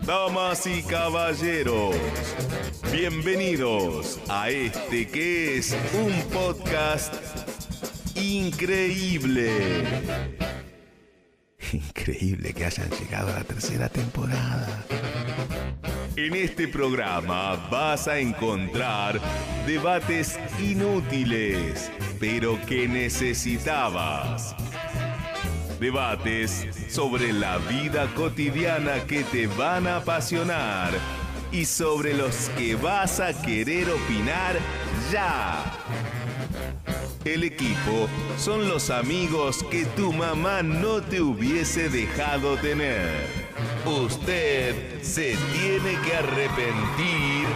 Damas y caballeros, bienvenidos a este que es un podcast increíble. Increíble que hayan llegado a la tercera temporada. En este programa vas a encontrar debates inútiles, pero que necesitabas. Debates sobre la vida cotidiana que te van a apasionar y sobre los que vas a querer opinar ya. El equipo son los amigos que tu mamá no te hubiese dejado tener. Usted se tiene que arrepentir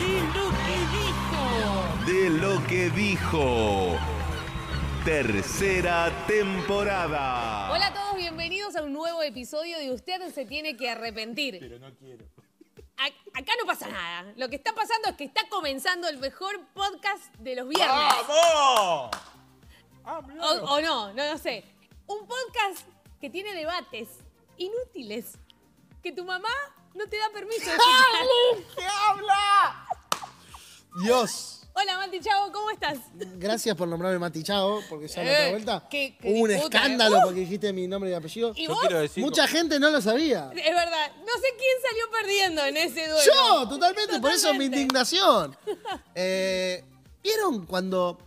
de lo que dijo. Tercera temporada. Hola a todos, bienvenidos a un nuevo episodio de Usted se tiene que arrepentir. Pero no quiero. Acá no pasa nada. Lo que está pasando es que está comenzando el mejor podcast de los viernes. ¡Vamos! O no sé. Un podcast que tiene debates inútiles que tu mamá no te da permiso de escuchar. ¿Qué habla? Dios. Hola, Mati Chavo, ¿cómo estás? Gracias por nombrarme Mati Chavo, porque ya la otra vuelta qué hubo un disputa, escándalo porque dijiste mi nombre y apellido. ¿Y Yo vos? quiero decir. Mucha gente no lo sabía. Es verdad, no sé quién salió perdiendo en ese duelo. Yo, totalmente, por eso mi Totalmente. indignación. ¿Vieron cuando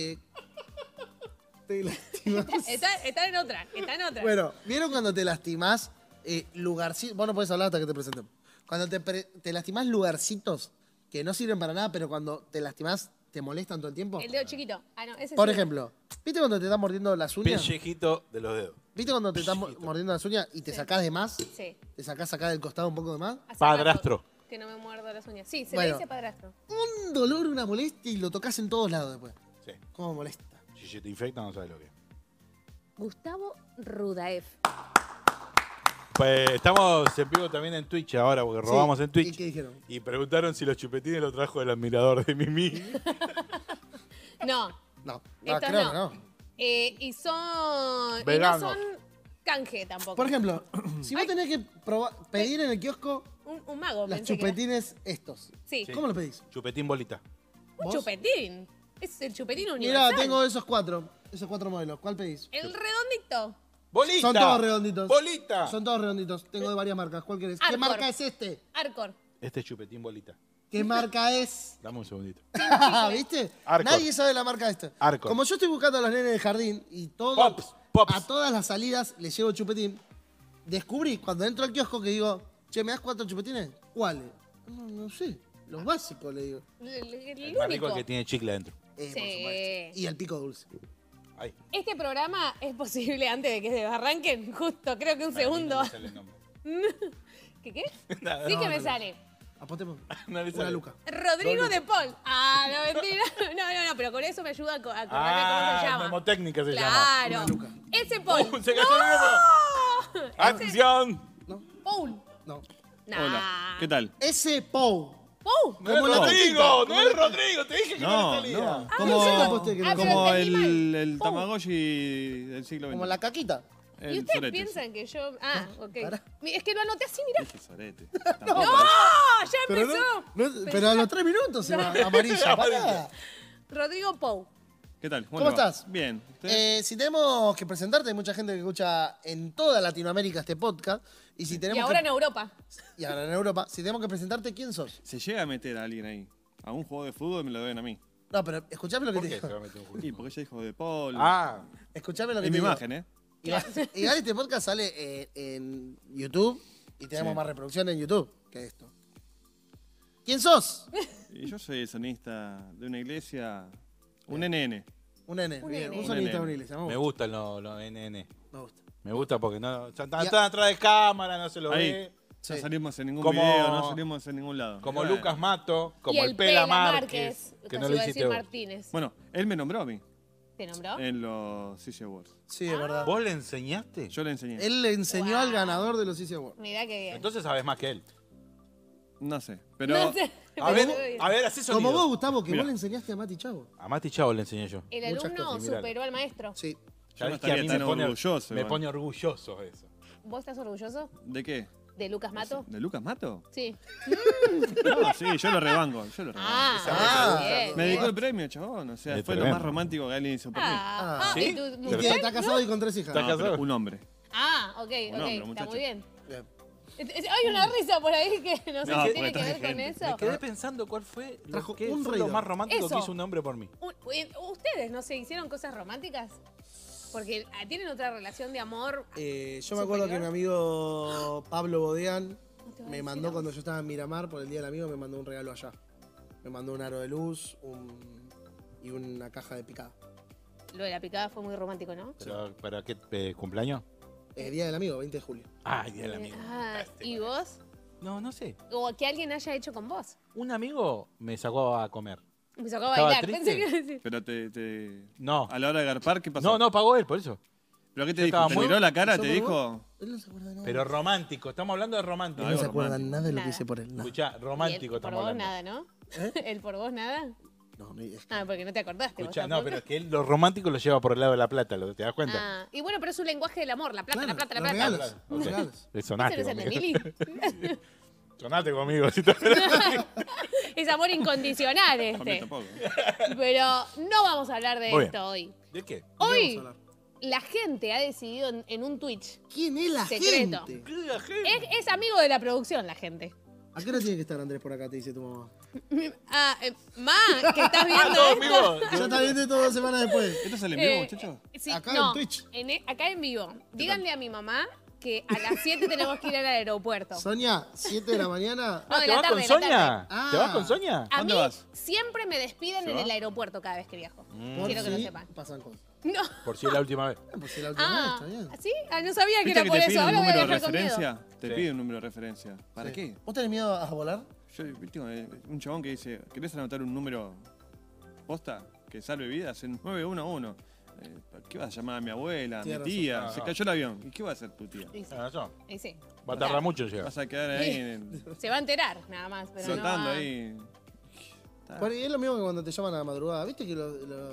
te lastimás? Está en otra. Bueno, ¿vieron cuando te lastimás lugarcitos? Vos no podés hablar hasta que te presentemos. Cuando te lastimás lugarcitos que no sirven para nada, pero cuando te lastimás te molestan todo el tiempo. El dedo chiquito. Ah, no, ese Por sí. ejemplo, ¿viste cuando te están mordiendo las uñas? Pellejito de los dedos. ¿Viste cuando te están mordiendo las uñas y te sacás de más? Sí. ¿Te sacás acá del costado un poco de más? A sacar Padrastro. todo, que no me muerdo las uñas. Sí, se Bueno. le dice padrastro. Un dolor, una molestia y lo tocas en todos lados después. Sí. ¿Cómo molesta? Si se te infecta, no sabes lo que es. Gustavo Rudaev. Pues estamos en vivo también en Twitch ahora, porque robamos Sí, en Twitch. ¿y qué dijeron? Y preguntaron si los chupetines lo trajo el admirador de Mimi. No, No, estos creo no. que no. Y son. Veganos. Y no son canje tampoco. Por ejemplo, si vos tenés que pedir en el kiosco Un mago, las pensé que era. chupetines estos, Sí. Sí. ¿cómo los pedís? Chupetín bolita. Un ¿Vos? chupetín. Es el chupetín Mirá, universal. tengo esos cuatro modelos. ¿Cuál pedís? El redondito. ¡Bolita! Son todos redonditos. ¡Bolita! Son todos redonditos. Tengo de varias marcas. ¿Cuál querés? ¿Qué Arcor. marca es este? Arcor. Este es chupetín bolita. ¿Qué marca es? Dame un segundito. ¿Viste? Arcor. Nadie sabe la marca de esto. Arcor. Como yo estoy buscando a los nenes de jardín y todo, Pops. a todas las salidas les llevo chupetín, descubrí cuando entro al kiosco que digo, che, ¿me das 4 chupetines? ¿Cuáles? No sé, los básicos le digo. El El más rico único. es que tiene chicle adentro. Por Sí. supuesto. Y el pico dulce. Ay. Este programa es posible antes de que se arranquen, justo, creo que un segundo. No le sale el nombre. ¿Qué? Nada, Sí no, que me no. sale. Apostemos. No le Una sale. luca. Rodrigo de Paul. Ah, no, mentira. No, pero con eso me ayuda a acordarme cómo se llama. Memotécnica se llama. Claro. Una luca. Ese Paul. Se cayó el micrófono. ¡Acción! Paul. No. Nah. Hola, ¿qué tal? Ese Pou. Paul. No es Como la Rodrigo, caquita. no es Rodrigo, te dije que no, No, le salía. no. ¿Cómo se aposté que no? Ah, pero Como entendí mal. el Pum. Tamagotchi del siglo XX. Como la caquita. El ¿Y ustedes sorete, piensan que yo...? Ah, ok. pará. Es que lo anoté así, mirá. Dije sorete. ¡No! ¡Ya Pero, empezó! pero a los 3 minutos se va amarilla. pará. Rodrigo Pou. ¿Qué tal? ¿Cómo estás? Bien. ¿Usted? Si tenemos que presentarte, hay mucha gente que escucha en toda Latinoamérica este podcast. Y si Y tenemos ahora que, en Europa. y ahora en Europa, si tenemos que presentarte, ¿quién sos? ¿Se llega a meter a alguien ahí? A un juego de fútbol me lo deben a mí. No, pero escuchame lo que ¿Por te qué se va a digo. meter un juego? Y porque ella dijo de Paul. Ah, Escuchame lo que en te mi digo. imagen, ¿eh? Igual este podcast sale en YouTube y tenemos Sí. más reproducciones en YouTube que esto. ¿Quién sos? Y yo soy el sonista de una iglesia, un NN. Un nene. Un Bien, nene. un sonista de Un una nene. iglesia. me gustan los NN. Me gusta. Me gusta porque no están Y a- atrás de cámara, no se lo Ahí. ve. Sí. No salimos en ningún Como- video, no salimos en ningún lado. Como Y bueno. Lucas Mato, como y el Pela Márquez. Que casi no lo iba a hiciste decir vos. Martínez. Bueno, él me nombró a mí ¿Te nombró? en los CC Awards. Sí, es verdad. ¿Vos le enseñaste? Yo le enseñé. Él le enseñó Wow. al ganador de los CC Awards. Mirá qué bien. Entonces sabes más que él. No sé, pero No sé, A pero ver, así sonido. Como vos, Gustavo, que Mira. vos le enseñaste a Mati Chavo. A Mati Chavo le enseñé yo. el muchas alumno cosas, mirá. superó al maestro. Sí. yo no ¿Sabés que a mí estaría tan orgulloso. me igual. pone orgulloso eso? ¿Vos estás orgulloso? ¿De qué? ¿De Lucas Mato? ¿De Lucas Mato? Sí. No, sí, yo lo rebanco. Bien. Me dedicó el premio, chabón. O sea, Es fue lo tremendo. más romántico que alguien hizo por mí. ¿Sí? ¿Y tu Y que mujer? está casado y con 3 hijas. Está No, casado. pero un hombre. Ok, hombre, está muchacho. muy bien. Bien. Hay una risa por ahí que no sé No, si porque tiene que traje ver con gente. eso. Me quedé pensando cuál fue Trajo qué un fue lo reído. más romántico Eso. que hizo un hombre por mí. ¿Ustedes no se hicieron cosas románticas? Porque tienen otra relación de amor. Yo me acuerdo que mi amigo Pablo Bodean me mandó cuando yo estaba en Miramar por el Día del Amigo, me mandó un regalo allá. Me mandó un aro de luz y una caja de picada. Lo de la picada fue muy romántico, ¿no? Pero, ¿para qué cumpleaños? Día del Amigo, 20 de julio. Ah, día del amigo. ¿Y vos? No sé. O que alguien haya hecho con vos. Un amigo me sacó a comer. Me sacó a ¿Estaba bailar. triste? Pensé que iba a decir. Pero No. a la hora de garpar, ¿qué pasó? No, pagó él, por eso. ¿Pero qué te Yo dijo? estaba ¿Te muy- miró la cara? ¿Yo ¿Te por dijo? vos? Él no se acuerda de nada. Pero romántico, estamos hablando de romántico. Él no algo se acuerda romántico. nada de lo que Nada. hice por él. Nada. Escuchá, ¿Y romántico él por estamos vos hablando. nada, no? ¿Él por vos nada? No, no, es que- Ah, porque no te acordaste. Escuchá, vos no, tampoco. pero es que él lo romántico lo lleva por el lado de la plata, ¿te das cuenta? Ah, y bueno, pero es un lenguaje del amor. La plata, Claro, la plata, la los plata. regalos, los Ok. regalos. Le ¿Ese sonaste no es el de conmigo. Mili? Sonaste conmigo. Si te... Es amor incondicional A mí este. tampoco. Pero no vamos a hablar de Muy esto hoy. ¿De qué? Hoy Vamos a hablar. la gente ha decidido en un Twitch. ¿Quién es la Secreto. gente? Es amigo de la producción la gente. ¿A qué hora tiene que estar Andrés por acá? Te dice tu mamá. Ma, que estás viendo todo esto. amigo. Ya está viendo todas 2 semanas después. ¿Esto sale en vivo, muchachos? Sí, Acá no, en Twitch. acá en vivo. Díganle a mi mamá que a las 7 tenemos que ir al aeropuerto. Sonia, 7 de la mañana. No, de ¿Te la vas tarde, con de la Sonia? tarde. ¿Te vas Ah. con Sonia? A ¿Dónde mí vas? siempre me despiden ¿Se en va? el aeropuerto cada vez que viajo. Por Quiero que lo si sepan. pasan cosas. No. Por si es la última vez. Pues si la última vez, está bien. ¿Sí? No sabía que ¿Viste era que por te eso. piden un Ahora voy a número de viajar con miedo. referencia? Te Sí. piden un número de referencia. ¿Para Sí. qué? ¿Vos tenés miedo a volar? Yo, viste, un chabón que dice, ¿querés anotar un número posta que salve vidas? En 911. ¿Qué vas a llamar a mi abuela, a mi Tienes tía? razón. Se cayó el avión. ¿Y qué va a hacer tu tía? Y sí. ¿Tenés razón? Y sí. Va a tardar mucho en llegar. Vas a quedar ahí en Se va a enterar, nada más. Pero no soltando va- ahí. Bueno, y es lo mismo que cuando te llaman a la madrugada. ¿Viste que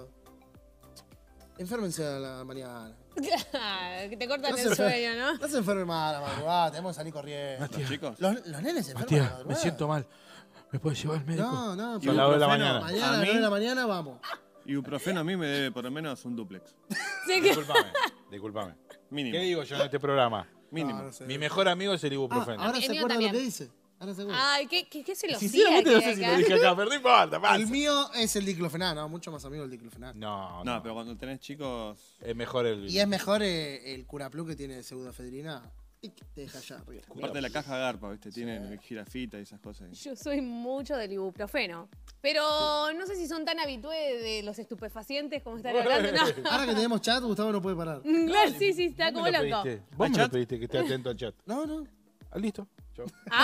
enférmense a la mañana? que te cortan No el se- sueño, ¿no? No se enfermen más a la madrugada, tenemos que salir corriendo. Los chicos. Los nenes se enferman a la Matías, madrugada. me siento mal. ¿Me puedes llevar al médico? No, no, Y Son las 2 de la ibuprofeno, mañana. mañana a a las mí, 9 de la mañana vamos. ibuprofeno a mí me debe por lo menos un duplex. Sí, que- Disculpame. Mínimo. ¿Qué digo yo en este programa? Mínimo. No sé. Mi mejor amigo es el ibuprofeno. Ahora El se mío acuerda lo también. que dice. Ahora se acuerda. Ay, qué celosía Sinceramente que no sé hay si acá. lo dije acá, pero no importa, pasa. El mío es el diclofenac, no, mucho más amigo el diclofenac. No, No, pero cuando tenés chicos. Es mejor el... Y es mejor el curaplu que tiene pseudoefedrina. Y que te deja allá arriba. Aparte de la caja garpa, ¿viste? Tienen jirafita y esas cosas. Yo soy mucho del ibuprofeno. Pero no sé si son tan habitués de los estupefacientes como están hablando. No. Ahora que tenemos chat, Gustavo no puede parar. Claro, sí, está Vos como me lo loco. pediste. Vos ¿Al me lo chat? pediste que esté atento al chat. No, no. Ah, listo. Yo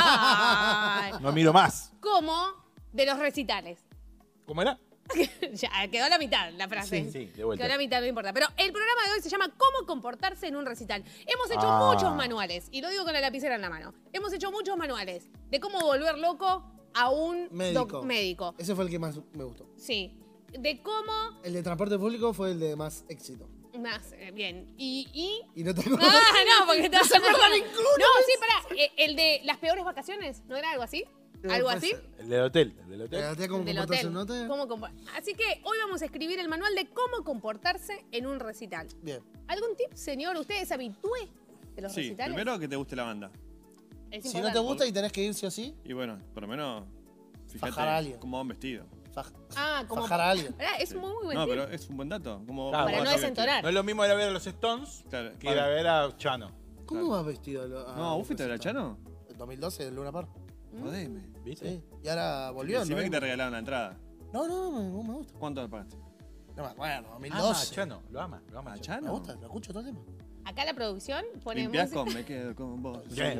Ay, no miro más. como de los recitales. ¿Cómo era? Ya, quedó la mitad la frase. Sí, sí, de vuelta. Quedó la mitad, no importa. Pero el programa de hoy se llama ¿Cómo comportarse en un recital? Hemos hecho Ah. muchos manuales, y lo digo con la lapicera en la mano. Hemos hecho muchos manuales de cómo volver loco a un médico. Ese fue el que más me gustó. Sí. De cómo... El de transporte público fue el de más éxito. Más, bien. Y... Y no te Ah, acuerdas. no, porque te vas a acordar ninguno. No, sí, pará. El de las peores vacaciones, ¿no era algo así? ¿Algo puede así? ser. El del hotel. El del hotel. Fíjate cómo Del comportarse hotel. en un hotel. Así que hoy vamos a escribir el manual de cómo comportarse en un recital. Bien. ¿Algún tip, señor? ¿Usted es habitué de los Sí, recitales? primero que te guste la banda. Es Si no importante. te gusta y tenés que ir sí o sí, Y bueno, por lo menos, Fajar a alguien. fíjate cómo van vestidos. Ah, como... fajar a alguien. Pará, es muy buen No, tip. pero es un buen dato. ¿Cómo Claro, Para vas no a vestir? desentonar. No es lo mismo ir a ver a los Stones Claro, que ir a ver a Chano. ¿Cómo vas vestido? No, ¿vos fuiste a ver a Chano? En 2012, el Luna Park. Jodeme. ¿Viste? Sí. Y ahora volvió. Decime ¿no? que te regalaron la entrada. No, me gusta. ¿Cuánto pagaste? No me acuerdo, Ama a 2012. Chano. Lo ama ¿A Me Chano? gusta, lo escucho todo el tiempo. Acá la producción pone Limpias música. con Me quedo con vos. Ahí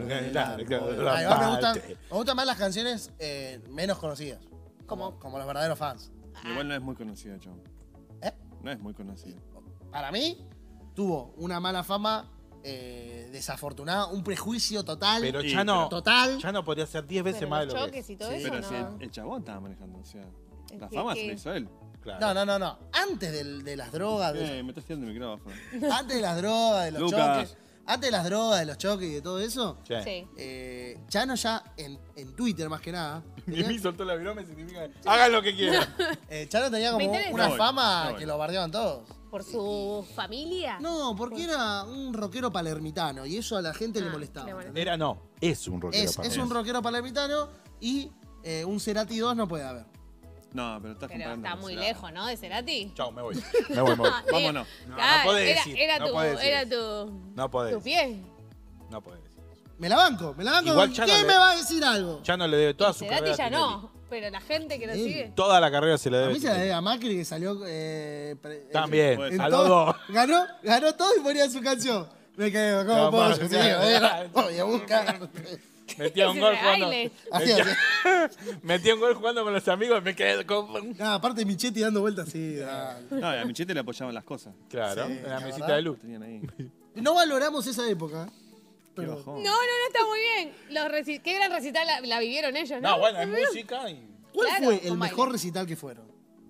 va, me gustan más las canciones menos conocidas. ¿Cómo? Como los verdaderos fans. Igual no es muy conocido, chabón. ¿Eh? No es muy conocido. Para mí, tuvo una mala fama desafortunada, un prejuicio total. Pero Sí, Chano, Total. Chano podría ser 10 veces Pero más de los lo que choques es. y todo Sí, eso, Pero ¿no? si el chabón estaba manejando, o sea. La ¿Qué- fama qué? se la hizo él. Claro. No. Antes de las drogas, Me estás tirando el micrófono. antes de las drogas, de los Lucas. choques. Antes de las drogas, de los choques y de todo eso, Sí. Sí. Chano ya en Twitter más que nada. Mimi soltó la virome significa hagan lo que quieran. Chano tenía Me como interesa. una Voy, fama voy. que lo bardeaban todos. ¿Por su familia? No, porque era un rockero palermitano y eso a la gente le Ah, molestaba. le molestaba. Era no, es un rockero Es para un rockero palermitano y un Cerati 2 no puede haber. No, pero estás Pero comparando está con muy Cerati. lejos, ¿no? De Cerati. Chau, me voy. Me voy. Vámonos. No, Claro, no podés era, decir, era no tu, podés decir era eso. tu, No podés. tu pie. No podés decir eso. Me la banco. Igual Chano ¿Quién le- me va a decir algo? Chano le debe toda su Cerati carrera ya a Tinelli. no, pero la gente que lo Sí. sigue. Toda la carrera se le A debe mí se la Tinelli. debe a Macri que salió. También, Puede en a todo- los dos. Ganó todo y ponía su canción. Me quedé, ¿cómo No, puedo? más, Sí, claro. voy a buscar. Metía un Ese gol de jugando. baile. Así, Metía, metía un gol jugando con los amigos y me quedé con. Nada, aparte Michetti dando vueltas así. dale. No, y a Michete le apoyaban las cosas. Claro, Sí, en la la mesita verdad. de luz. Tenían ahí. No valoramos esa época. Qué Pero bajón. No, está muy bien. Qué gran recital la vivieron ellos, ¿no? No, bueno, es música y. ¿cuál Claro, fue el con mejor baile. recital que fueron?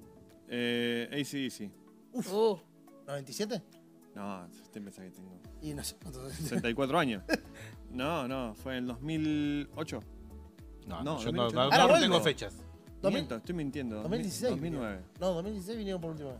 AC/DC. ¿97? No, usted piensa que tengo Y no sé cuánto. 64 años. No, fue en el 2008. No, No, yo no, 2008. no, Ahora no vuelve. tengo fechas. 2000. Miento, estoy mintiendo. 2016. 2009. vinieron. No, 2016 vinieron por última vez.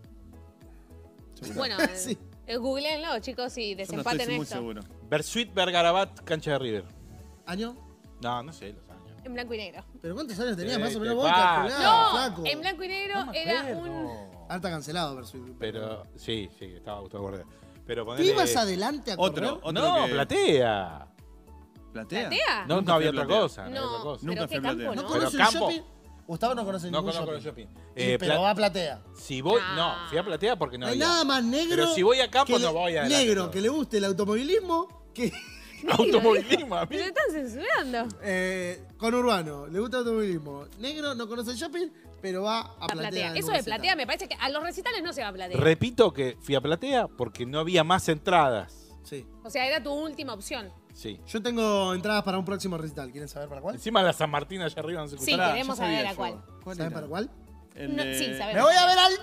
¿Seguro? Bueno, Sí. googleenlo, chicos, y Yo no desempaten estoy muy esto. seguro. Bersuit Bergarabat, cancha de River. ¿Año? No, no sé los años. En blanco y negro. ¿Pero cuántos años tenías? Más o Te menos vos va. calculá, No, flaco. en blanco y negro No me era acuerdo. un. Alta cancelado, Versus. Pero sí, estaba Gustavo Guardiola. Pero ¿Tú ponele... ibas adelante a correr? Otro No, que- Platea. ¿Platea? ¿Platea? No, Nunca no había fui a otra Platea. cosa. No, había otra No, cosa. Nunca pero fui qué a campo, Platea. ¿No ¿no? Pero conoces el campo. shopping? Gustavo no conoce No ningún conozco shopping. el shopping. Pero va a Platea. Si voy, Ah. no, fui a Platea porque no No hay había. nada más negro. Pero si voy a campo, que no voy adelante negro, todo. que le guste el automovilismo, que Automovilismo a mí. Me lo están censurando. con urbano, le gusta el automovilismo. Negro no conoce el shopping, pero va a A Platea. platea. en Eso un de recital. platea me parece que a los recitales no se va a platea. Repito que fui a Platea porque no había más entradas. Sí. O sea, era tu última opción. Sí. Yo tengo entradas para un próximo recital. ¿Quieren saber para cuál? Encima la San Martín allá arriba no se Sí, escucha. Pará, queremos ya sabía saber a yo. cuál. ¿Saben era? para cuál? El No, de- sí, sabemos. ¡Me voy a ver al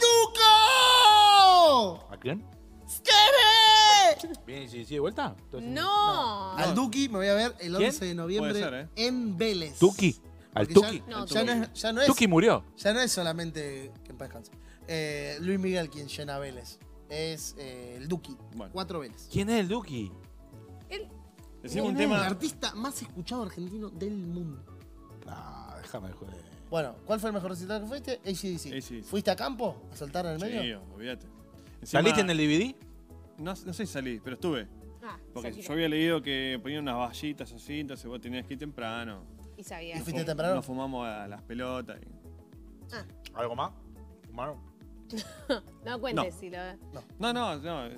Duco! ¿A quién? ¡Skere! Bien, sí, de vuelta. Entonces, No. Al Duki me voy a ver el 11 de noviembre Puede ser, ¿eh? en Vélez. ¿Tuki? ¿Al Porque Tuki? No, Ya no es, Tuki murió. ya no es solamente que en paz descanse. Luis Miguel quien llena Vélez. Es el Duki. Bueno. 4 Vélez. ¿Quién es el Duki? Decimos un El tema. artista más escuchado argentino del mundo. No, déjame de joder. Bueno, ¿cuál fue el mejor recital que fuiste? AC/DC. AC/DC. ¿Fuiste a campo a saltar en el medio? Sí, olvídate. Encima- ¿Saliste en el DVD? No sé si salí, pero estuve. Ah, Porque se yo había leído que ponían unas vallitas así, entonces vos tenías que ir temprano. Y sabía. ¿Y fuiste que- temprano? Nos fumamos a las pelotas. y- ¿Algo más? ¿Fumaron? No cuentes No. si lo. No.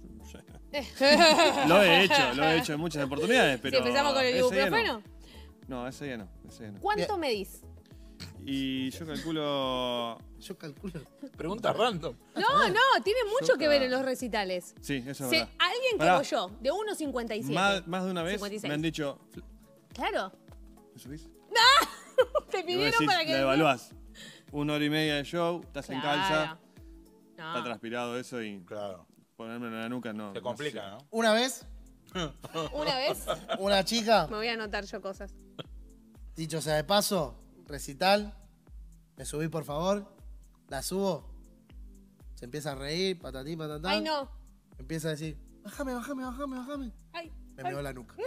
Lo he hecho en muchas oportunidades, pero. si empezamos con el ese día ibuprofeno. No, ese día no. Ese día no. ¿Cuánto medís? Y yo calculo. Yo calculo. Pregunta random. No, tiene mucho que ver ca- en los recitales. Sí, eso es Si verdad. alguien Pará. como yo, de 1,57. Más de una vez 56. me han dicho. Claro. ¿Me subís? Te Y vos pidieron decís, para que. la evaluás. 1 hora y media de show, estás en calza, Claro. está No. transpirado eso y Claro. ponerme en la nuca no. Se complica, ¿no? Una vez, Una vez una chica, me voy a anotar yo cosas. dicho sea de paso, recital, me subí por favor, la subo, se empieza a reír, patatí, patatá. Ay, no. Empieza a decir, bájame. Ay. Me ay. meó la nuca.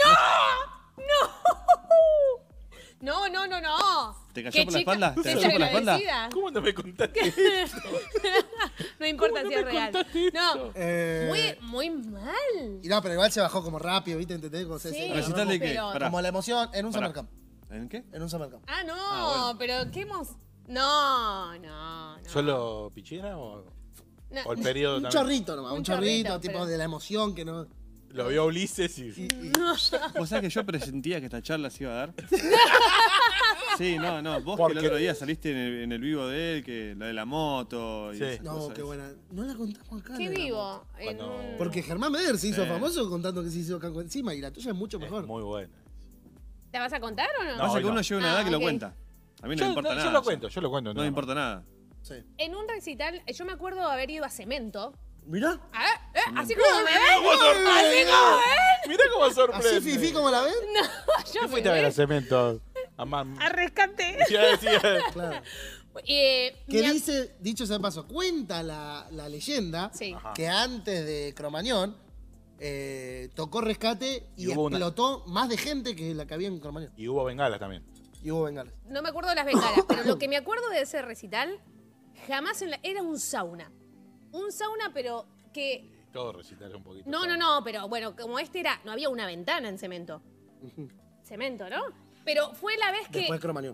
No. ¿Te cayó Qué por la chica espalda? ¿Te cayó por la espalda? desagradecida. ¿Cómo no me contaste? No importa ¿Cómo si no es me real. contaste esto? No. Muy... Muy mal. Y no, pero igual se bajó como rápido, ¿viste? ¿Entendés? Como, se- Sí. se- ¿Recital de qué? Pero- Pará. como la emoción en un Pará. summer camp. ¿En qué? En un summer camp. Ah, no, Ah, bueno. pero ¿qué hemos...? No. ¿Solo pichera o No. el periodo Un también? chorrito nomás, Un un chorrito, chorrito, tipo pero- de la emoción que no... Lo vio Ulises y... ¿Vos sabés que yo presentía que esta charla se iba a dar? Sí, no. Vos ¿Por que el qué? otro día saliste en el vivo de él, que la de la moto y Sí. esas No, cosas. qué buena. No la contamos acá. ¿Qué la de la vivo? moto. En Cuando- un- Porque Germán Meder se hizo famoso contando que se hizo canco encima y la tuya es mucho mejor. Muy bueno. ¿Te vas a contar o no? No, Pasa que hoy uno no. llega a una edad que lo ok. cuenta. A mí no Yo, me importa no, nada. yo lo cuento. No me importa nada. Sí. En un recital, yo me acuerdo de haber ido a Cemento, Mirá. A ver, así como me ven. Así como ven. Mirá cómo sorprende. Así fifí como la ven. Yo ¿Qué me fuiste a ver a ven. Cemento? A rescate. Claro. Mi Que am- dice, dicho sea de paso, cuenta la leyenda Sí. que antes de Cromañón tocó Rescate y Y hubo una- explotó más de gente que la que había en Cromañón. Y hubo bengalas también. Y hubo bengalas. No me acuerdo de las bengalas, pero lo que me acuerdo de ese recital, jamás era un sauna. Un sauna, pero que... Todo recital un poquito. No, pero bueno, como este era, no había una ventana en Cemento. Cemento, ¿no? Pero fue la vez que... Después de Cromañón.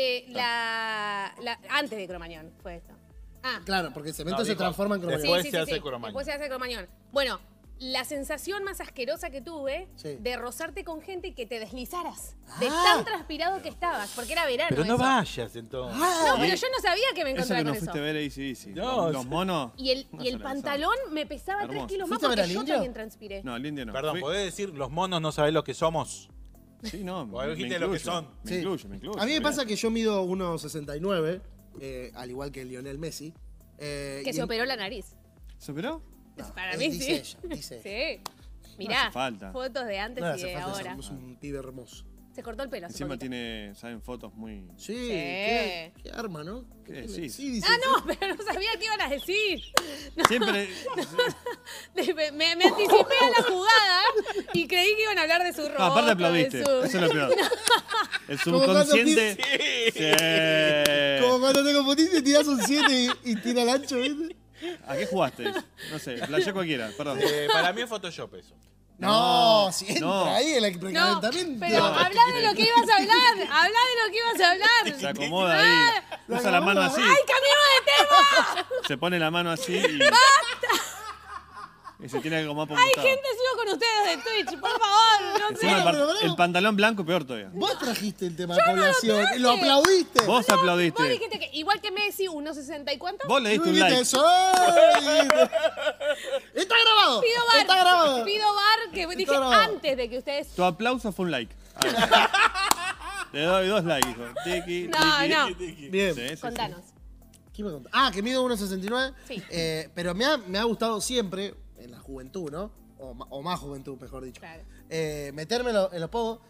antes de Cromañón fue esto. Ah, Claro, porque el cemento No, se dijo, transforma en Cromañón. después se hace Cromañón. Después se hace Cromañón. Bueno, la sensación más asquerosa que tuve Sí. de rozarte con gente y que te deslizaras. De Ah. tan transpirado que estabas, porque era verano. Pero no eso. vayas entonces. No, pero yo no sabía que me Eso encontraba que no con fuiste eso. a ver AC/DC. No, Los sí. monos. Y el una sola pantalón me pesaba 3 Hermoso. kilos más ¿Fuiste a ver porque al yo indio? también transpiré. No, el indio no. Perdón, Fui- ¿podés decir los monos no sabés lo que somos? Sí, no. Vos me dijiste lo que incluyo, son. Me Sí. incluyo, me incluyo. A mí me mirá. pasa que yo mido 1,69, al igual que Lionel Messi. Que y se operó la nariz. ¿Se operó? Para él mí dice sí. ella, dice ella. Sí. Mirá, hace falta. fotos de antes No le y hace de falta, ahora. es un pibe hermoso. Se cortó el pelo hace Encima poquito. tiene, saben, fotos muy... Sí, Sí. qué arma, ¿no? ¿Qué tiene? decís? Sí, dice. Ah, no, pero no sabía qué iban a decir. Siempre... Me anticipé a la jugada y creí que iban a hablar de su No, ropa. aparte aplaudiste. de su- Eso es lo peor. El Como cuando subconsciente... Sí. Como cuando te confundiste, tirás un 7 y tira el ancho, ¿viste? ¿A qué jugaste? No sé, flashé cualquiera, perdón. Para mí es Photoshop eso. No, si entra no. ahí el No, precalentamiento. pero habla de lo que ibas a hablar. Habla de lo que ibas a hablar. Se acomoda ahí. Usa la mano así. ¡Ay, cambiamos de tema! Se pone la mano así y... Y se tiene que acomodar por un Hay costado. gente, sigo con ustedes de Twitch, por favor. No Encima sé. pero el pantalón blanco peor todavía. Vos trajiste el tema de población traje. y lo aplaudiste. Vos Vos aplaudiste. dijiste que igual que Messi, 1.60 y cuánto. Vos le Tú diste un dijiste like. eso. Está grabado. Pido bar. Está grabado. Pido bar que dije grabado. antes de que ustedes. Tu aplauso fue un like. A ver. Le doy 2 likes, hijo. Tiki, No, tiki. no. Bien. Sí, sí, sí. Contanos. ¿Qué me contás? Ah, que mido 1,69. Sí. Pero me ha gustado siempre, en la juventud, ¿no? O más juventud, mejor dicho. Claro. Meterme en los pogos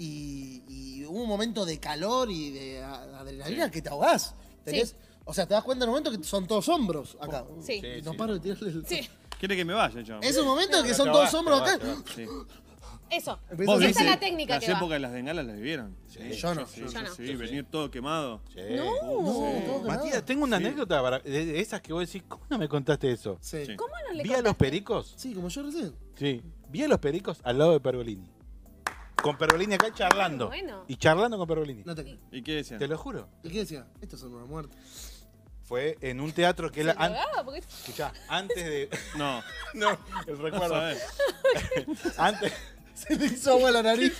y hubo un momento de calor y de adrenalina que te ahogás. ¿Tenés? O sea, te das cuenta en un momento que son todos hombros acá. Sí. Y no paro de tirarle el... Sí, Quiere que me vaya, yo. Es un momento en que Te son ahogás, todos hombros te acá. ahogás, Sí. eso. Empieza ¿Vos a- Esa viste es la técnica las que va. épocas de las bengalas las vivieron? Sí, Yo no. Sí, Yo no. sí, venir todo quemado. Sí. No. todo Matías, grabado. tengo una anécdota de esas que vos decís, ¿cómo no me contaste eso? Sí. Sí. ¿Cómo no le Vi a los contaste? pericos. Sí, como yo recién. Sí. Vi a los pericos al lado de Pergolini. Con Pergolini acá charlando. bueno. Y charlando con Pergolini. No te... ¿Y qué decían? Te lo juro. ¿Y qué decía? Estos son una muerte. Fue en un teatro que ¿Se era drogaba? Porque- escuchá, antes de. No, No, el no recuerdo. sabés. Antes. Se le hizo agua a la nariz.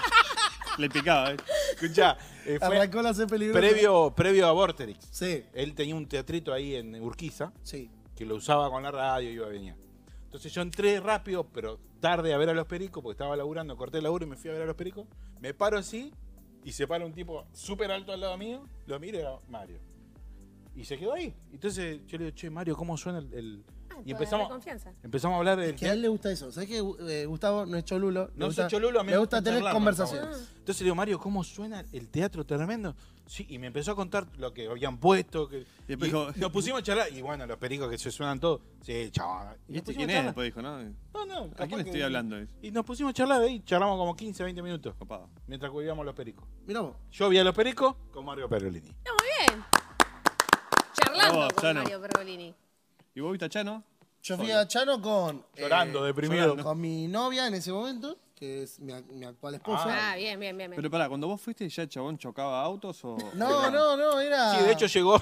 Le picaba, ¿eh? Escuchá, fue Arrancó la C peligrosa. previo a Vorterix. Sí, Él tenía un teatrito ahí en Urquiza sí. que lo usaba con la radio y iba a venir. Entonces yo entré rápido, pero tarde a ver a los pericos, porque estaba laburando, corté el laburo y me fui a ver a los pericos. Me paro así y se para un tipo súper alto al lado mío, lo miro y era Mario. Y se quedó ahí. Entonces yo le digo, che, Mario, ¿cómo suena el...? Ah, Y toda la confianza. empezamos a hablar del Que a él le gusta eso. ¿Sabes que Gustavo no es cholulo? No Le soy cholulo, a mí me me gusta gusta tener charlar, conversaciones. Entonces le digo, Mario, ¿cómo suena el teatro tremendo? Sí, y me empezó a contar lo que habían puesto. Que, Y después y dijo- nos pusimos a charlar. Y bueno, los pericos que se suenan todos. Sí, chaval. ¿Y este quién es? Después dijo, ¿no? No, ¿A capaz quién le que- estoy hablando? Y nos pusimos a charlar ahí. Charlamos como 15, 20 minutos. Copado. Mientras cuidábamos los pericos. Mirá vos. Yo vi a los pericos con Mario Pergolini. No, muy bien. Charlando Vamos, con Chano. Mario Pergolini. ¿Y vos viste a Chano? Yo fui a Chano con... Llorando, deprimido. Con mi novia en ese momento, que es mi actual esposa. Ah, bien, bien, bien. bien. Pero pará, cuando vos fuiste ya el chabón chocaba autos o... No, era... Sí, de hecho llegó.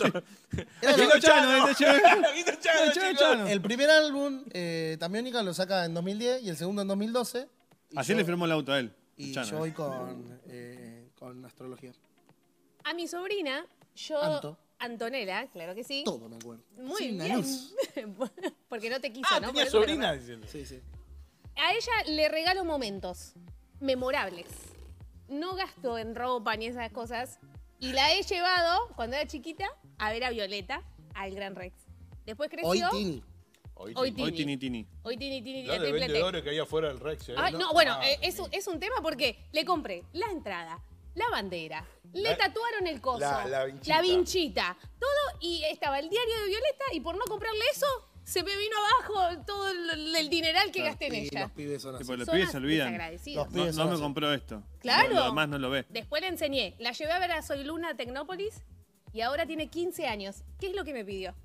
Era Llegó Chano, llegó Chano, Chano. el primer álbum, Tambiónica, lo saca en 2010 y el segundo en 2012. Y Así yo- le firmó el auto a él. Y Chano, yo ¿eh? voy con astrología. A mi sobrina, yo... Anto. Antonella, claro que sí. Todo me acuerdo. Muy Sí, una bien. luz. Porque no te quiso, Ah, ¿no? tenía Por eso te sobrina. lo- Diciendo. Sí, sí. A ella le regalo momentos memorables. No gasto en ropa ni esas cosas. Y la he llevado, cuando era chiquita, a ver a Violeta, al Gran Rex. Después Hoy creció. Tini. Hoy Hoy Tini Tini. Hoy Tini, Lo de vendedores que hay afuera del Rex. Ay, no, bueno, es un tema porque le compré la entrada, la bandera, le tatuaron el coso, la vinchita, todo, y estaba el diario de Violeta, y por no comprarle eso, se me vino abajo todo el dineral que gasté en Y ella. los pibes son así. Tipo, los Son pibes se olvidan. desagradecidos. Los No, pibes no son me así. compró esto. Claro. Lo demás no lo ve. Después le enseñé, la llevé a ver a Soy Luna a Tecnópolis, y ahora tiene 15 años. ¿Qué es lo que me pidió?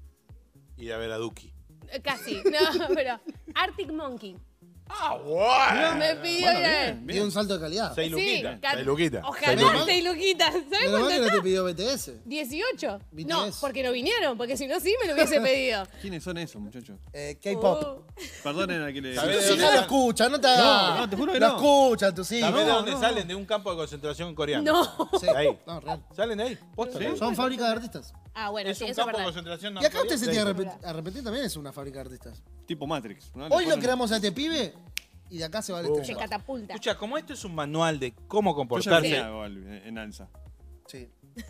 Ir a ver a Duki. Casi, no, pero Arctic Monkey. ¡Ah, bueno! Me pidió Bueno, ir a ver. bien, Dio bien. un salto de calidad. Seis Sí, luquitas. can- Seis luquitas. Ojalá 6 luquitas. ¿Sabes Menos mal cuánto que no está? te pidió BTS. 18. BTS. No, porque no vinieron, porque si no sí me lo hubiese pedido. ¿Quiénes son esos, muchachos? K-pop. Perdonen a que le... ¿Sabés de Sí, dónde no lo salen? escuchan, no te hagas. no, te juro que Lo no. escuchan tus hijos. ¿Sabés de No, dónde no, salen? De un campo de concentración coreano. No. Sí. De ahí. No, real. ¿Salen de ahí? Posta. ¿Sí? Son fábricas de artistas. Ah, bueno, Es sí, un eso es campo de verdad. concentración Y acá usted se tiene norcoreano. que arrepentir también, es una fábrica de artistas. Tipo Matrix. ¿no? Hoy Le lo ponen- creamos a este pibe y de acá se va al Se exterior. catapulta. Escucha, como esto es un manual de cómo Yo ya comportarse. venía igual en ANSA. Sí.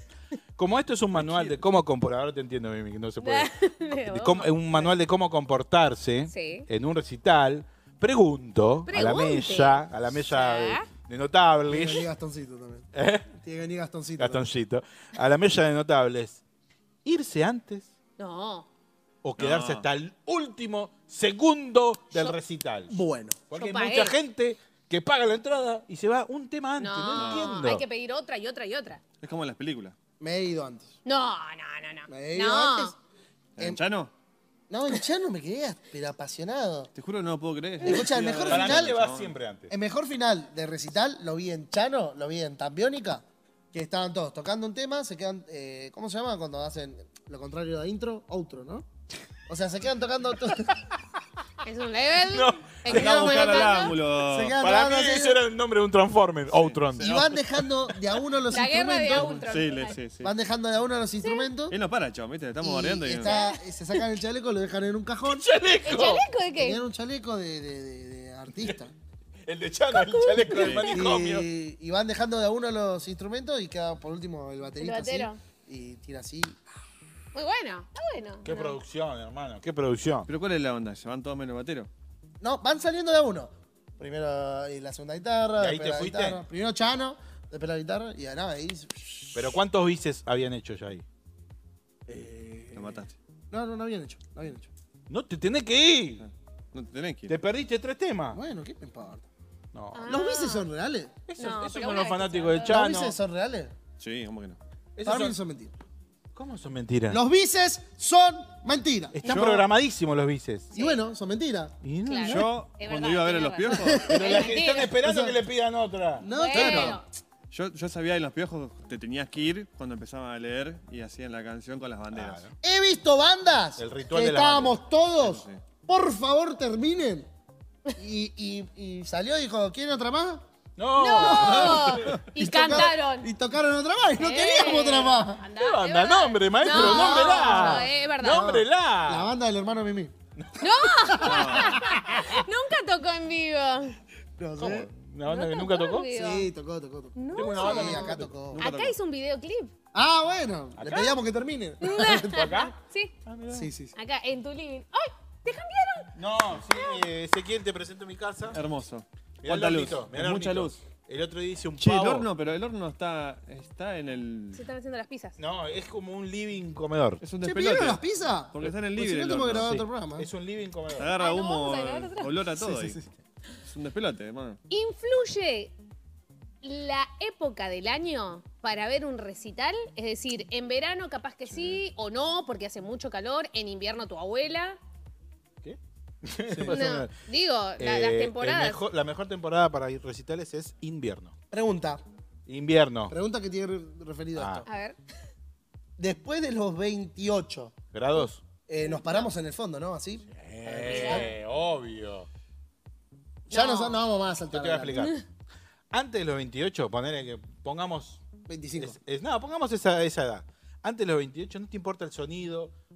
Como esto es un manual de cómo comportarse. Ahora te entiendo, Mimi, que no se puede. Vamos. Un manual de cómo comportarse Sí. en un recital. Pregunto a la Pregunte. mesa de Tiene que notables. venir Gastoncito también. ¿Eh? Tiene que venir Gastoncito. Gastoncito. A la mesa de notables. ¿Irse antes No. o quedarse No. hasta el último segundo del recital? Bueno. Porque hay Yo pagué. mucha gente que paga la entrada y se va un tema antes. No, entiendo. Hay que pedir otra y otra y otra. Es como en las películas. Me he ido antes. No. Me he ido No. antes. ¿En Chano? No, en Chano me quedé pero apasionado. Te juro que no lo puedo creer. Escucha, el mejor Para mí final. te vas siempre antes. El mejor final de recital lo vi en Chano, lo vi en Tambiónica, que estaban todos tocando un tema, se quedan, ¿cómo se llama cuando hacen lo contrario de intro? Outro, ¿no? O sea, se quedan tocando todo. Es un level. No. El Se que Deja no buscar me al encanta. ángulo. Se quedan Para mí tocando así, ese era el nombre de un Transformer. Outrun. y van dejando de a uno los La guerra de instrumentos. Ultron. Sí. Van dejando de a uno los instrumentos. Él no para, chavo, ¿viste? Estamos bardeando y... Se sacan el chaleco, lo dejan en un cajón. ¿El chaleco de qué? Tenían un chaleco de artista. El de Chano, el chaleco del manicomio. Y van dejando de a uno los instrumentos y queda por último el baterista El batero. así. Y tira así. Muy bueno, está bueno. Qué No. producción, hermano. Qué producción. ¿Pero cuál es la onda? ¿Se van todos menos batero? No, van saliendo de a uno. Primero la segunda guitarra, ¿Y ahí después te la fuiste? guitarra. Primero Chano, después la guitarra y nada, ahí. Pero ¿cuántos bices habían hecho ya ahí? Lo mataste. No habían hecho, no habían hecho. No te tenés que ir. No te tenés que ir. Te perdiste 3 temas. Bueno, ¿qué me importa? No. Ah. ¿Los bices son reales? Esos, No, esos pero son una los vez fanáticos que de se Chano. ¿Los bices son reales? Sí, ¿cómo que no? Esos Para mí son- son mentiras. ¿Cómo son mentiras? Los bices son mentiras. Están Yo- programadísimos los bices. Y bueno, son mentiras. Y no, Claro. Yo, Es cuando verdad, iba a ver a tenés los razón. piojos, Pero Es la que mentira. están esperando Eso- que le pidan otra. No, Bueno. claro. yo sabía en los piojos te tenías que ir cuando empezaban a leer y hacían la canción con las banderas. Claro. He visto bandas El ritual que de la estábamos todos. Sí, sí. Por favor, terminen. Y salió y dijo, ¿quieren otra más? No. ¡No! Y tocaron- cantaron. Y tocaron otra más. Y no queríamos otra más. Andá, ¿Qué es banda? verdad. Nombre, maestro, No, nómbrela. no, es verdad. La Nómbrela. banda del hermano Mimi. Nunca tocó en vivo. No ¿Cómo? sé. ¿Una banda No que nunca tocó? en vivo. Sí, tocó. No. Tengo una banda Sí, que acá nunca tocó. Nunca Acá tocó. hizo un videoclip. Ah, bueno. Le pedíamos que termine. ¿Acá? Sí, Sí. acá en tu living. ¡Ay! ¿Te cambiaron? No, sí, Ezequiel, te presento mi casa. Hermoso. Mirá el ¿Cuánta luz? hornito, mirá Es el mucha hornito. luz. El otro día hice un Che, el pavo. horno, pero el horno está en el... Se están haciendo las pizzas. No, es como un living comedor. Es un ¿Che, despelote. pidieron las pizzas? Porque está en el Pues si living no el tengo que horno. grabar Sí, otro programa. es un living comedor. Agarra Ay, no, humo, vamos a grabar otra. olor a todo Sí, ahí. sí, sí. Es un despelote, hermano. ¿Influye la época del año para ver un recital? Es decir, en verano capaz que sí o no, porque hace mucho calor. En invierno tu abuela. ¿Qué? No, digo, las temporadas. La mejor temporada para ir recitales es invierno. Pregunta Invierno. que tiene referido a Ah. esto. A ver. Después de los 28, ¿Grados? nos paramos en el fondo, ¿no? Así. Obvio. Ya No. no vamos más a Yo saltar. te voy a explicar. Antes de los 28, ponele que pongamos. 25. No, pongamos esa edad. Antes de los 28 no te importa el sonido,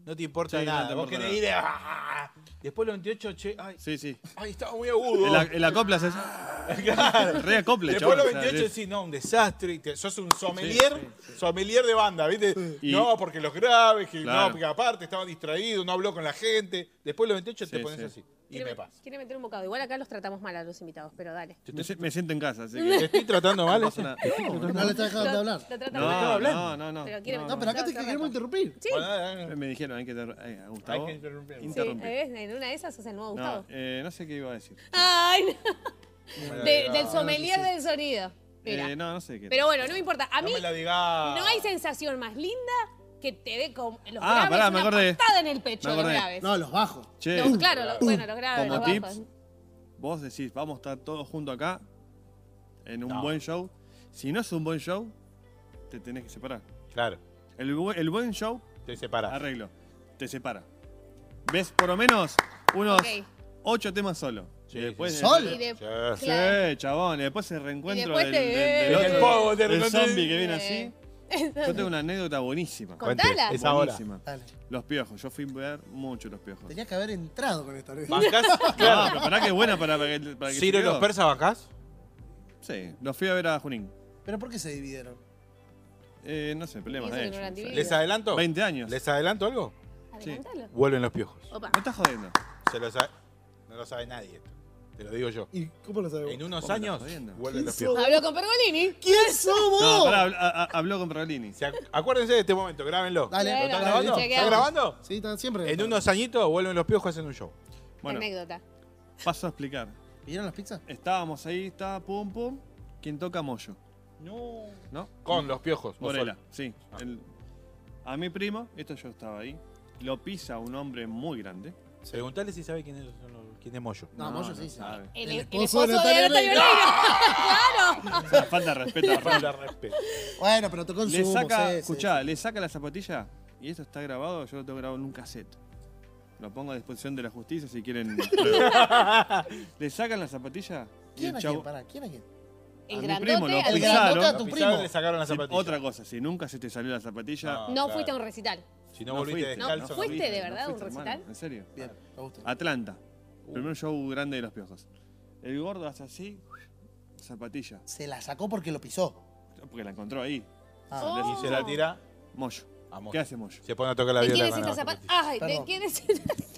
no te importa Sí, no nada. te Vos importa querés ir a... Después los 28, che, ay, Sí, sí. ay, estaba muy agudo. El acoplas es. Claro. Re acople, Después chaval. los 28 sí, no, un desastre. Sos un sommelier, sommelier de banda, ¿viste? Y- no, porque los graves, que Claro. no, porque aparte estaba distraído, no habló con la gente. Después los 28 te Sí, pones sí. así. Y me pasa. Quiere meter un bocado. Igual acá los tratamos mal a los invitados, pero dale. Me siento en casa, así ¿Te que. estoy tratando mal? No ese? pasa nada. No le estás dejando de hablar. Lo tratamos No, mal. no. Pero quiere meter No, pero acá te Todo el queremos rato. interrumpir. Sí, Bueno, dale. Me dijeron, hay que. Gustavo. Hay que interrumpir. sí, Interrumpir. en una de esas es el nuevo No, Gustavo. no sé qué iba a decir. Ay, no. No me la Del digas. sommelier del sonido. Mira. No sé qué. Pero bueno, no me importa. A No mí me la digas. no hay sensación más linda que te dé con los Ah, graves pará, me una acordé. patada en el pecho, Me los acordé. graves. No, los bajos. Che, Claro, bueno, los graves, como los tips, bajos. vos decís, vamos a estar todos juntos acá en un No. buen show. Si no es un buen show, te tenés que separar. Claro, El buen show, te separas. arreglo, te separa. Ves por lo menos unos Ok. 8 temas solo. Sí, Y después sí. ¿Solo? Y de- Sí. Claro. Sí, chabón. Y después el reencuentro Y después te- del El pogo, otro, de del repente- zombie que viene así. Yo tengo una anécdota buenísima. Contala. Es ahora. Buenísima. Dale. Los piojos. Yo fui a ver mucho los piojos. Tenías que haber entrado con esta vez. ¿Bancás? No, Claro. pero pará que es buena para que ¿Ciro y se los quedó. persas bancás? Sí, los fui a ver a Junín. ¿Pero por qué se dividieron? No sé, Y problemas eso de que no eran ellos. divididos. ¿Les adelanto? 20 años. ¿Les adelanto algo? Adelántalo. Vuelven los piojos. Opa. Me estás jodiendo. No lo sabe nadie esto. Te lo digo yo. ¿Y cómo lo sabemos? En unos ¿Cómo me años estás jodiendo? vuelven los ¿Quién piojos. Habló con Pergolini. ¿Quién somos? No, pará, habló con Pergolini. Acuérdense de este momento, grábenlo. Dale. ¿Lo están Bueno, grabando? ¿Están chequeamos. grabando? Sí, está siempre. En unos añitos vuelven los piojos hacen un show. Bueno, Anécdota. paso a explicar. ¿Vieron las pizzas? Estábamos ahí, estaba pum pum. ¿Quién toca Moyo? No. ¿No? Con los piojos. vos Morela, solo. sí. Ah. A mi primo, esto yo estaba ahí, lo pisa un hombre muy grande. Preguntale si sabe quién es Moyo. No, Moyo sí sabe. El esposo esposo de de Natalia Natalia Oreiro. Oreiro. O sea, falta de respeto. a Falta de respeto. Bueno, pero tocó en Le Sumo, saca, sí, escuchá, le saca la zapatilla y esto está grabado, yo lo tengo grabado en un cassette. Lo pongo a disposición de la justicia si quieren. prueba. Le sacan la zapatilla y ¿Quién el a chavo. quién? Pará, ¿quién a quién? El A mi grandote. primo lo al El pisaron. grandote a Los tu pisaron, primo. le sacaron la Sí, zapatilla. otra cosa, si nunca se te salió la zapatilla, No. No Claro. fuiste a un recital. Si no, no volviste fuiste. descalzo. No, ¿fuiste de verdad a un fuiste, recital? hermano, en serio. Bien, me gusta. Atlanta. Primer show grande de los piojos. El gordo hace así, zapatilla. Se la sacó porque lo pisó. Porque la encontró ahí. Ah, Oh. Y se la tira Moyo. a Moyo. ¿Qué hace Moyo? Se pone a tocar la ¿De viola. quién es con esta la zapatilla? zapatilla. Ay, ¿de Perdón. quién es?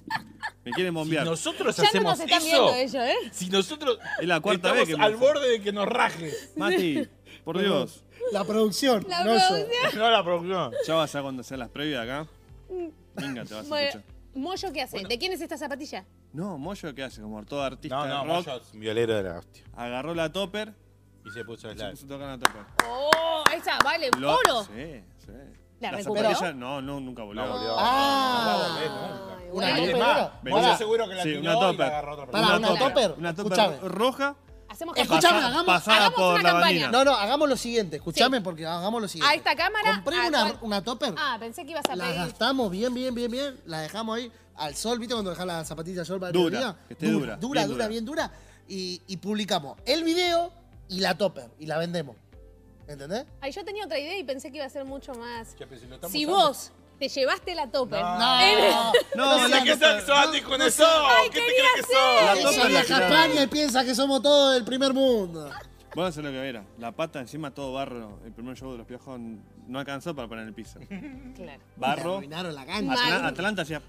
Me quieren Si bombear. nosotros Ya no hacemos nos están viendo eso, ellos, ¿eh? si nosotros Es la cuarta estamos vez que me al hace. borde de que nos rajes. Mati, por Dios. La producción, La no yo. producción. No la producción. Ya vas a cuando sean las previas acá. Venga, te vas a Bueno, escuchar. ¿Moyo qué hace? ¿De quién es esta zapatilla? No, Moyo, ¿qué hace? Como todo artista No, de no, rock. Moyo es un violero de la hostia. Agarró la topper Y se puso a y se bailar. puso a tocar la topper. Oh, esa vale Lo- oro. Sí, sí. ¿La La recuperó? zapatilla, no, nunca volvió. No volvió. Ah. No volvió nunca. Ay, Una bueno. Es topper más, era. vos Pará. seguro que la Sí, tiró una y la topper. agarró otra Pará, persona. una topper. Una topper Escuchame. roja Hacemos Escuchame, campaña. pasada hagamos por una la campaña. bandina. No, no, hagamos lo siguiente. Escuchame porque hagamos lo siguiente. A esta cámara. Compré ¿a una, cuál? una topper, Ah, pensé que ibas a la pedir. gastamos bien, la dejamos ahí al sol, ¿viste? Cuando dejás la zapatilla al sol para el Dura, mediodía. que esté dura, Dura, bien dura, dura. bien dura. Y publicamos el video y la topper y la vendemos. ¿Entendés? Ay, yo tenía otra idea y pensé que iba a ser mucho más. Che, pero si lo estamos Si usando. vos te llevaste la topper. No, No, ¿Qué sexual con eso? ¿Qué te crees que La sos? topper esa la vieja tiraron. España y piensa que somos todos del primer mundo. Voy a hacer lo que era. La pata encima todo barro. El primer show de los piojos no alcanzó para poner en el piso. Claro. Me Barro. arruinaron la cancha. Mal. Atlanta hacía.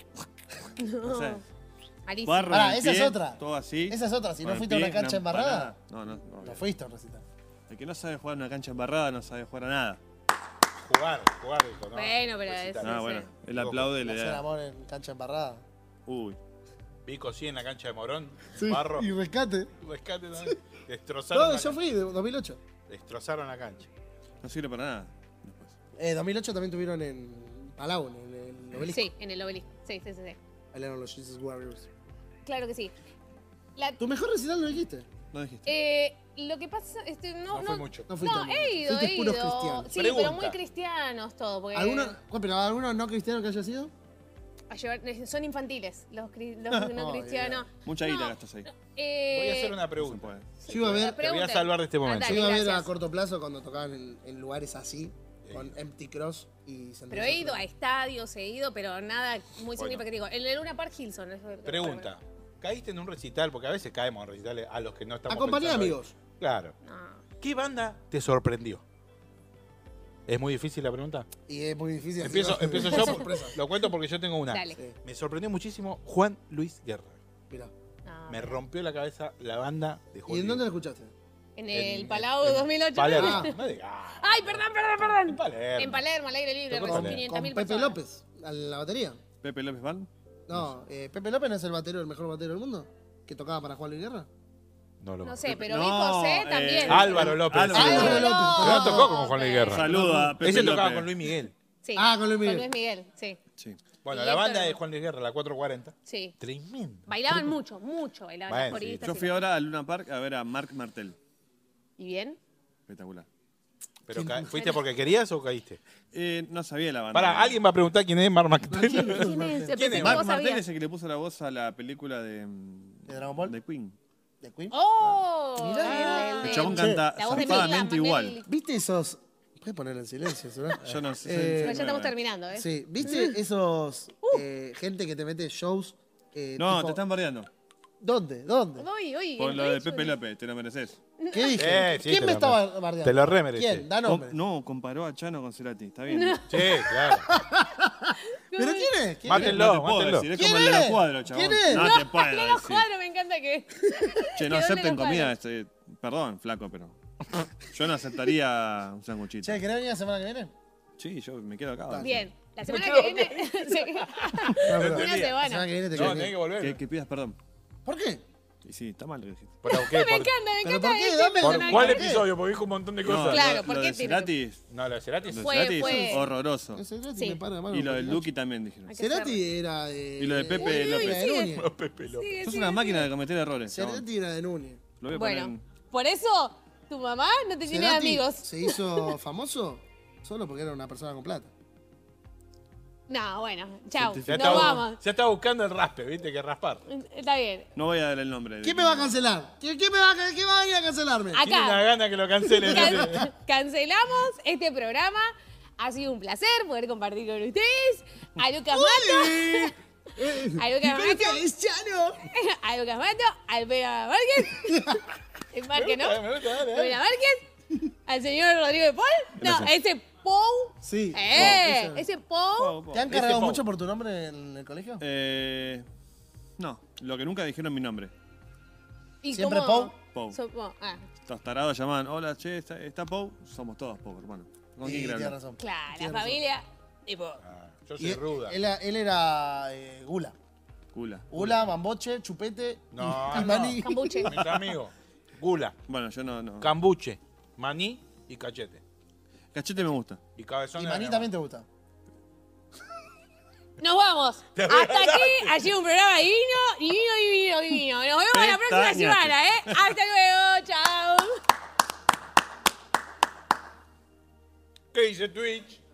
No sé. Malísimo. Barro. Pará, en el esa es pie, otra. Todo así. Esa es otra. Si con no el fuiste a una pie, cancha embarrada, No. no fuiste a un recital. El que no sabe jugar en una cancha embarrada no sabe jugar a nada. Jugar, dijo, ¿no? Bueno, pero Recital. eso- No, sí. bueno. Él aplaude y le Hacer da. amor en cancha embarrada. Uy. Vico sí en la cancha de Morón. Barro. Y rescate. Rescate también. Destrozaron, No, la yo cancha. fui de 2008. Destrozaron la cancha. No sirve para nada. Después. 2008 también tuvieron en Palau, en el obelisco. Sí, en el obelisco. Sí. Bailaron los Jesus Warriors. Claro que sí. Tu mejor recital lo dijiste. No dijiste. Lo que pasa, No fue mucho. No fuiste No, mucho. he ido, Fuiste he puros ido. cristianos. Sí, Pregunta. pero muy cristianos todo. Porque ¿Pero alguno no cristiano que haya sido? a son infantiles los no Oh, cristianos. Mucha guita No, gastas ahí. Voy a hacer una No se pregunta. puede. Yo iba a ver, Te voy a salvar de este momento. Dale, yo iba a ver a gracias. corto plazo cuando tocaban en lugares así. con Empty Cross y Sendero Pero he ido a Social. estadios, he ido, pero nada muy Bueno. significativo. En el Luna Park Hilton. Pregunta. ¿Caíste en un recital? Porque a veces caemos en recitales a los que no estamos Acompañé pensando amigos. ir. Claro. No. ¿Qué banda te sorprendió? ¿Es muy difícil la pregunta? Y es muy difícil. Empiezo así, ¿no? yo. Sorpresa. Lo cuento porque yo tengo una. Dale. Sí, Me sorprendió muchísimo Juan Luis Guerra. mirá. No, Me rompió la cabeza la banda de Juan ¿Y en Luis dónde la Guerra. escuchaste? En el En- Palau en 2008. Palermo. Ah. No digas. Ay, perdón. En Palermo. En Palermo, al aire libre, Tocó recién Palermo. 500.000 Con Pepe personas. López, a la batería. Pepe López Band. No, Pepe López no es el batero, el mejor batero del mundo. Que tocaba para Juan Luis Guerra. No lo No sé, pero No, vi José también. Álvaro López. Álvaro Pero no tocó con Juan Luis Guerra. Saluda a Pepe Ese tocaba López. con Luis Miguel. Sí. Ah, con Luis Miguel. Con Luis Miguel, sí. Sí. Bueno, Y la Héctor banda de Herrera. Juan Luis Guerra, la 440. Sí. Tremendo. Bailaban mucho bailaban Bueno, las coristas. Yo y fui todo. ahora al Luna Park a ver a Marc Martel. ¿Y bien? Espectacular. Pero ¿fuiste porque querías o caíste? No sabía la banda. Para, alguien va a preguntar quién es Marc Martel. ¿Quién es? ¿Quién Pensé es? que Marc vos Martel sabías. es el que le puso la voz a la película ¿De Dragon Ball? de Queen. ¿De Queen? ¡Oh! Mirá. El El chabón de- canta la voz de zarpadamente Milli, igual. Vanelli. ¿Viste esos? Puedes ponerlo en silencio, ¿verdad? Yo no sé. Pero ya estamos terminando, ¿eh? Sí, ¿viste esos gente que te mete shows? No, tipo- te están bardeando. ¿Dónde? ¿Dónde? Uy, Por el lo de recho Pepe López, te lo mereces. ¿Qué dije? Sí, ¿Quién te me lo estaba re- bardeando? te lo re mereces. ¿Quién? Da nombre. No, comparó a Chano con Cerati. Está bien. Sí, claro. ¿Pero quién es? ¿Quién Mátenlo. No te puedo mátenlo. decir, es ¿Quién como el de los es? cuadros, chabón. ¿Quién es? No te puedo de los decir. cuadros me encanta que... Che, no ¿De dónde acepten los comida. cuadros? Perdón, flaco, pero. Yo no aceptaría un sanguchito. Che, ¿querés venir la semana que viene? Sí, yo me quedo acá. Bien, la semana que viene... Sí. No, pero- Una La semana. semana que viene te No, querés tenés que venir. volver. Que pidas perdón. ¿Por qué? Y sí, está mal lo que dijiste. ¿Pero qué? Me ¿Por, encanta ¿Pero por qué? este Dame- por personaje. cuál ¿Por qué? episodio? Porque dijo un montón de cosas. Claro, lo ¿por de qué tiene Cerati, No, lo de Cerati lo de Fue- Cerati fue- es horroroso. Ese Cerati Sí. me para de mano. Y lo del porque Duki también dijeron. Hay que Cerati era de... Y lo de Pepe Era López. de Núñez. Pepe López. Sigue, Sos sigue, una máquina sigue. de cometer errores. chabón. Cerati era de Núñez. Lo voy a Bueno, poner. por eso tu mamá no te tiene Cerati amigos. se hizo famoso solo porque era una persona con plata. No, bueno, chao. Ya Nos vamos. Ya está buscando el raspe, ¿viste? Que raspar. Está bien. No voy a dar el nombre. de ¿Quién me va a cancelar? ¿Quién va a venir a cancelarme? Acá. Tiene una gana que lo cancelen. Cancelamos este programa. Ha sido un placer poder compartir con ustedes. A Lucas Mato. A Lucas Mato. es Chano! A Lucas Mato. Al Pera Márquez. El Márquez, ¿no? Me gusta, dale, dale. Pera Márquez. Al señor Rodrigo de Paul. No, Gracias. ese Pou. Sí. Ese Pou. ¿Te han Ese cargado Pau. mucho por tu nombre en el colegio? No, lo que nunca dijeron mi nombre. ¿Y ¿Siempre cómo? Pou. Ah, Estos tarados llamaban, hola, che, ¿está Pou? Somos todos Pou, hermano. ¿Con quién Sí, quiere tienes hablar? razón. claro, Tienes la razón. familia. Tipo, Ah, yo Y soy ruda. él era Gula. Cula. Gula, Bamboche, Chupete No, y no. Maní. cambuche. Mis amigos. Gula, Bueno, yo no. cambuche, maní y cachete. Cachete me gusta. Y cabezón Y de la Maní mi también te gusta. Nos vamos. Hasta aquí ha sido un programa divino. Nos vemos la próxima Pestañate. semana, ¿eh? Hasta luego. Chao. ¿Qué dice Twitch?